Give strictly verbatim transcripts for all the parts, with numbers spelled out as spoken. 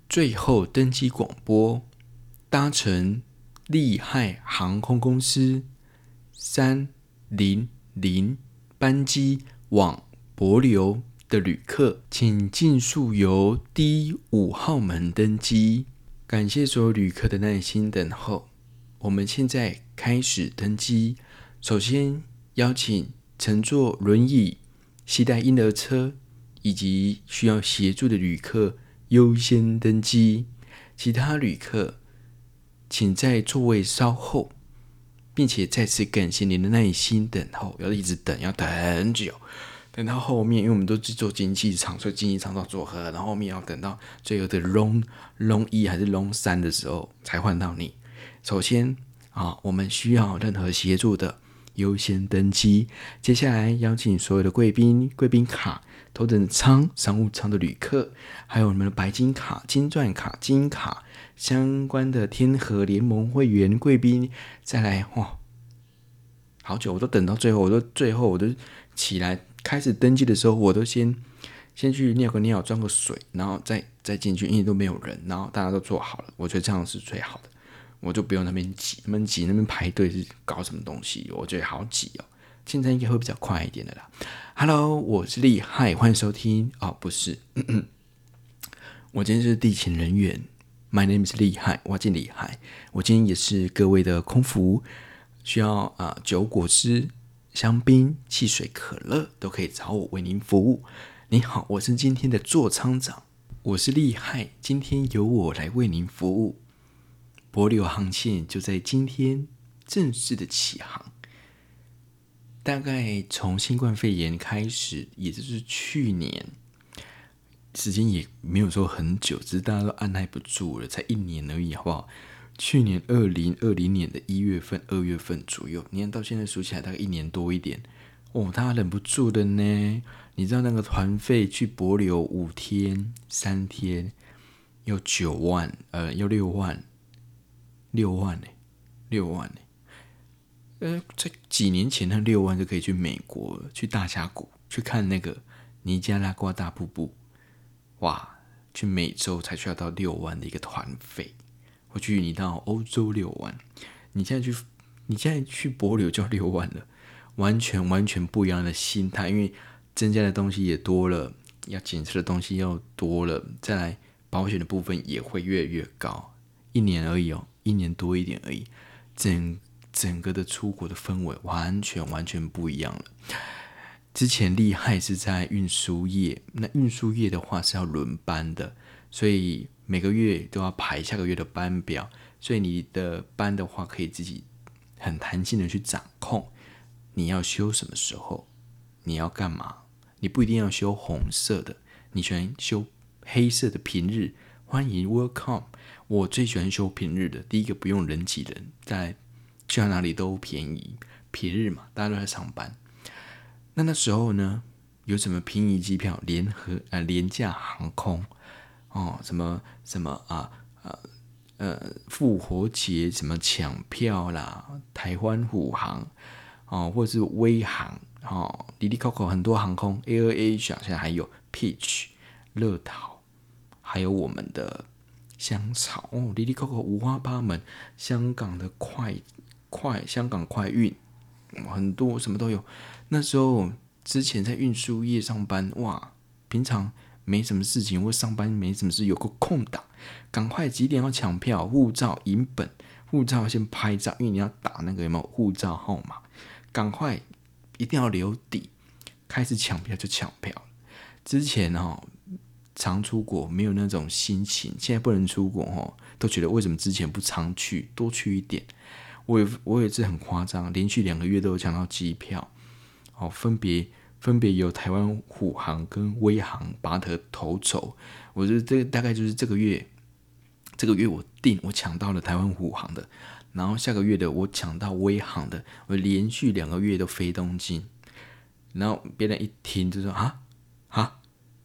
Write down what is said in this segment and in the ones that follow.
最后登机广播，搭乘利害航空公司三零零班机往帛琉的旅客，请尽速由 D 五号门登机。感谢所有旅客的耐心等候，我们现在开始登机。首先邀请乘坐轮椅、携带婴儿车以及需要协助的旅客优先登机，其他旅客请在座位稍后，并且再次感谢您的耐心等候，要一直等，要等很久，等到后面，因为我们都是坐经济舱，所以经济舱到坐合，然后后面要等到最后的 long long 一还是 long 三的时候才换到你。首先啊，我们需要任何协助的优先登机。接下来邀请所有的贵宾、贵宾卡、头等舱、商务舱的旅客，还有你们的白金卡、金钻卡、金卡相关的天河联盟会员贵宾，再来哇，好久我都等到最后，我都最后我都起来开始登记的时候，我都先先去尿个尿，装个水，然后再再进去，因为都没有人，然后大家都做好了，我觉得这样是最好的。我就不用那边挤，那边挤那边排队是搞什么东西？我觉得好挤哦。现在应该会比较快一点的啦。Hello， 我是厉害，欢迎收听。哦，不是，咳咳我今天是地勤人员。My name is 厉害，我叫厉害。我今天也是各位的空服，需要啊、呃、酒果汁、香槟、汽水、可乐都可以找我为您服务。你好，我是今天的座舱长，我是厉害，今天由我来为您服务。帛琉航线就在今天正式的起航，大概从新冠肺炎开始，也就是去年，时间也没有说很久，只是大家都按耐不住了，才一年而已，好不好？去年二零二零年的一月份、二月份左右，你看到现在数起来大概一年多一点，哦，大家忍不住的呢。你知道那个团费去帛琉五天、三天，要九万，呃，要六万。六万呢、欸，六万呢、欸，呃，在几年前那六万就可以去美国了，去大峡谷去看那个尼加拉瓜大瀑布，哇，去美洲才需要到六万的一个团费，或许你到欧洲六万，你现在去，你现在去帛琉就要六万了，完全完全不一样的心态，因为增加的东西也多了，要检测的东西又多了，再来保险的部分也会越来越高，一年而已哦。一年多一点而已，整整个的出国的氛围完全完全不一样了。之前厉害是在运输业，那运输业的话是要轮班的，所以每个月都要排下个月的班表，所以你的班的话可以自己很弹性的去掌控，你要休什么时候，你要干嘛，你不一定要休红色的，你喜欢休黑色的平日，欢迎 welcome。我最喜欢休平日的，第一个不用人挤人，再来去到哪里都便宜，平日嘛，大家都在上班。那那时候呢，有什么便宜机票、联合呃廉价航空哦，什么什么啊呃呃复活节什么抢票啦，台湾虎航哦，或者是威航哦，里里扣扣很多航空 ，Air Asia 现在还有 Peach、乐桃，还有我们的。香草哦，里里扣扣五花八门，香港的快快，香港快运，很多什么都有。那时候之前在运输业上班，哇，平常没什么事情，或上班没什么事，有个空档，赶快几点要抢票，护照影本，护照先拍照，因为你要打那个有没有护照号码，赶快一定要留底，开始抢票就抢票。之前哦。常出国没有那种心情，现在不能出国哦，都觉得为什么之前不常去，多去一点。我有我有一次很夸张，连续两个月都有抢到机票，哦，分别分别由台湾虎航跟威航拔得头筹。我觉得这大概就是这个月，这个月我订我抢到了台湾虎航的，然后下个月的我抢到威航的，我连续两个月都飞东京，然后别人一听就说啊啊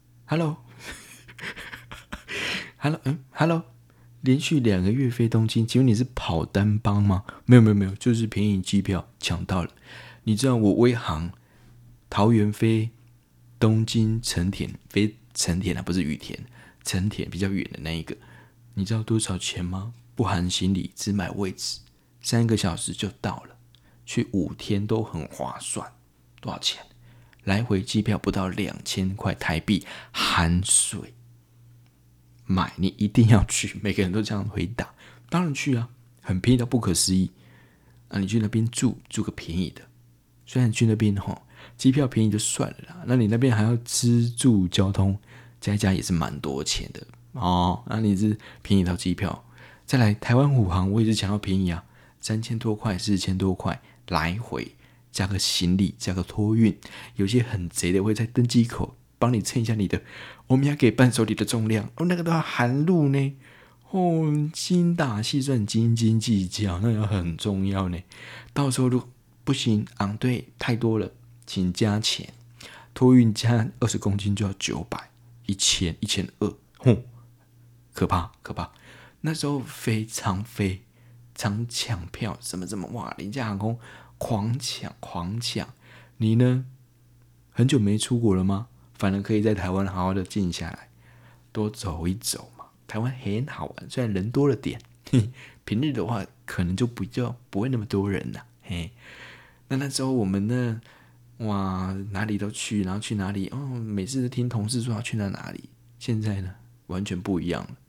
，Hello。Hello， 嗯 ，Hello， 连续两个月飞东京，请问你是跑单帮吗？没有没有没有，就是便宜机票抢到了。你知道我威航桃园飞东京成田，飞成田啊，不是羽田， 成田比较远的那一个，你知道多少钱吗？不含行李，只买位置，三个小时就到了，去五天都很划算。多少钱？来回机票不到两千块台币，含税。买，你一定要去，每个人都这样回答。当然去啊，很便宜到不可思议。啊，你去那边住，住个便宜的。虽然去那边吼，机票便宜就算了啦，那你那边还要吃住交通，加一加也是蛮多钱的哦。那你是便宜到机票，再来台湾虎航，我也是想要便宜啊，三千多块、四千多块来回，加个行李，加个托运，有些很贼的会在登机口帮你称一下你的欧米亚给伴手礼的重量，哦，那个都要含入呢。哦，精打细算，斤斤计较，那个很重要呢。到时候如果不行，昂对太多了，请加钱。托运加二十公斤就要九百、一千、一千二，吼，可怕可怕。那时候飞常飞，常抢票，什么什么哇，廉价航空狂抢狂抢。你呢？很久没出国了吗？反而可以在台湾好好的静下来，多走一走嘛。台湾很好玩，虽然人多了点，平日的话可能就比较不会那么多人啦。嘿，那那时候我们呢，哇，哪里都去，然后去哪里哦，每次都听同事说要去到哪里。现在呢，完全不一样了。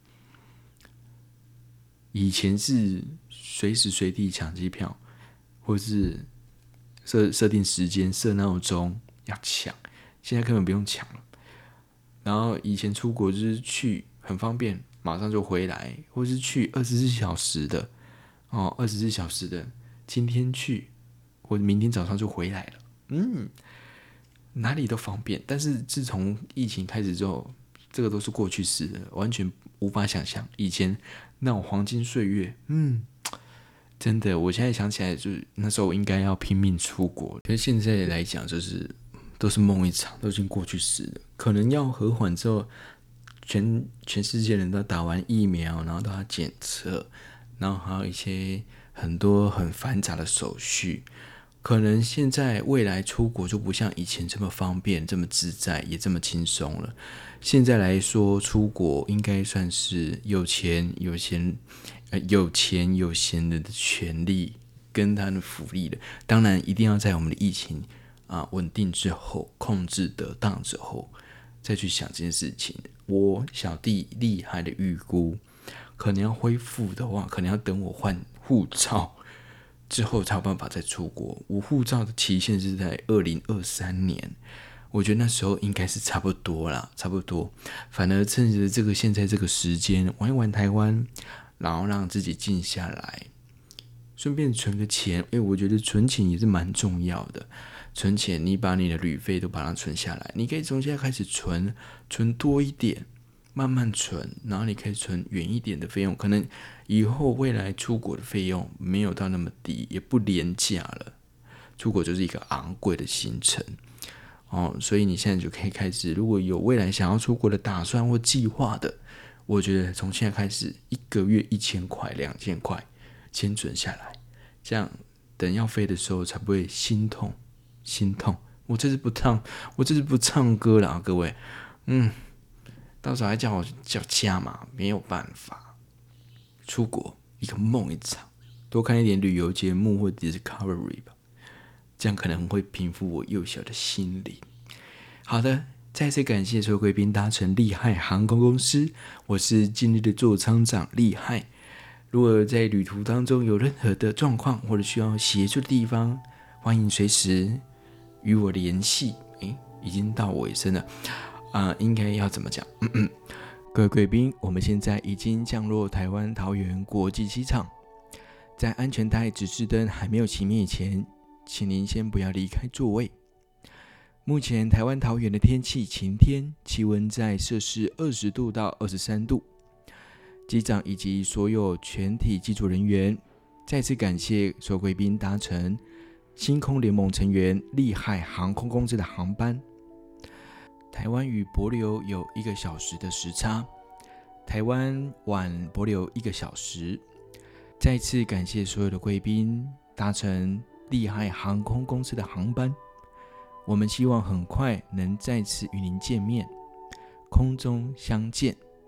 以前是随时随地抢机票，或是设设定时间、设闹钟要抢，现在根本不用抢了。然后以前出国就是去很方便，马上就回来，或是去二十四小时的哦，二十四小时的，今天去，或者明天早上就回来了。嗯，哪里都方便。但是自从疫情开始之后，这个都是过去式了，完全无法想象以前那种黄金岁月。嗯，真的，我现在想起来，就是那时候应该要拼命出国，可是现在来讲，就是都是梦一场，都已经过去式了。可能要和缓之后，全全世界人都打完疫苗，然后都要检测，然后还有一些很多很繁杂的手续。可能现在未来出国就不像以前这么方便、这么自在，也这么轻松了。现在来说，出国应该算是有钱有闲、呃、有钱有闲人的权利跟他的福利了。当然，一定要在我们的疫情啊稳定之后、控制得当之后，再去想这件事情。我小弟厉害的预估，可能要恢复的话，可能要等我换护照之后才有办法再出国。我护照的期限是在二零二三年，我觉得那时候应该是差不多啦，差不多。反而趁着这个现在这个时间玩一玩台湾，然后让自己静下来，顺便存个钱。因为我觉得存钱也是蛮重要的。存钱，你把你的旅费都把它存下来，你可以从现在开始存，存多一点，慢慢存，然后你可以存远一点的费用，可能以后未来出国的费用没有到那么低，也不廉价了。出国就是一个昂贵的行程哦，所以你现在就可以开始，如果有未来想要出国的打算或计划的，我觉得从现在开始，一个月一千块、两千块，先存下来，这样等要飞的时候才不会心痛。心痛，我这次不唱，我这次不唱歌了啊，各位，嗯，到时候还叫我叫加码，没有办法。出国一个梦一场，多看一点旅游节目或 Discovery 吧，这样可能会平复我幼小的心灵。好的，再次感谢所有贵宾搭乘厉害航空公司，我是今日的座舱长厉害。如果在旅途当中有任何的状况或者需要协助的地方，欢迎随时与我联系。诶，已经到尾声了啊、呃，应该要怎么讲？嗯嗯，各位贵宾，我们现在已经降落台湾桃园国际机场，在安全带指示灯还没有熄灭前，请您先不要离开座位。目前台湾桃园的天气晴天，气温在摄氏二十度到二十三度。机长以及所有全体机组人员，再次感谢所有贵宾搭乘星空联盟成员厉害航空公司的航班。台湾与帛琉有一个小时的时差，台湾晚帛琉一个小时。再次感谢所有的贵宾搭乘厉害航空公司的航班，我们希望很快能再次与您见面，空中相见。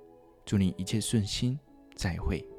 祝你一切顺心，再会。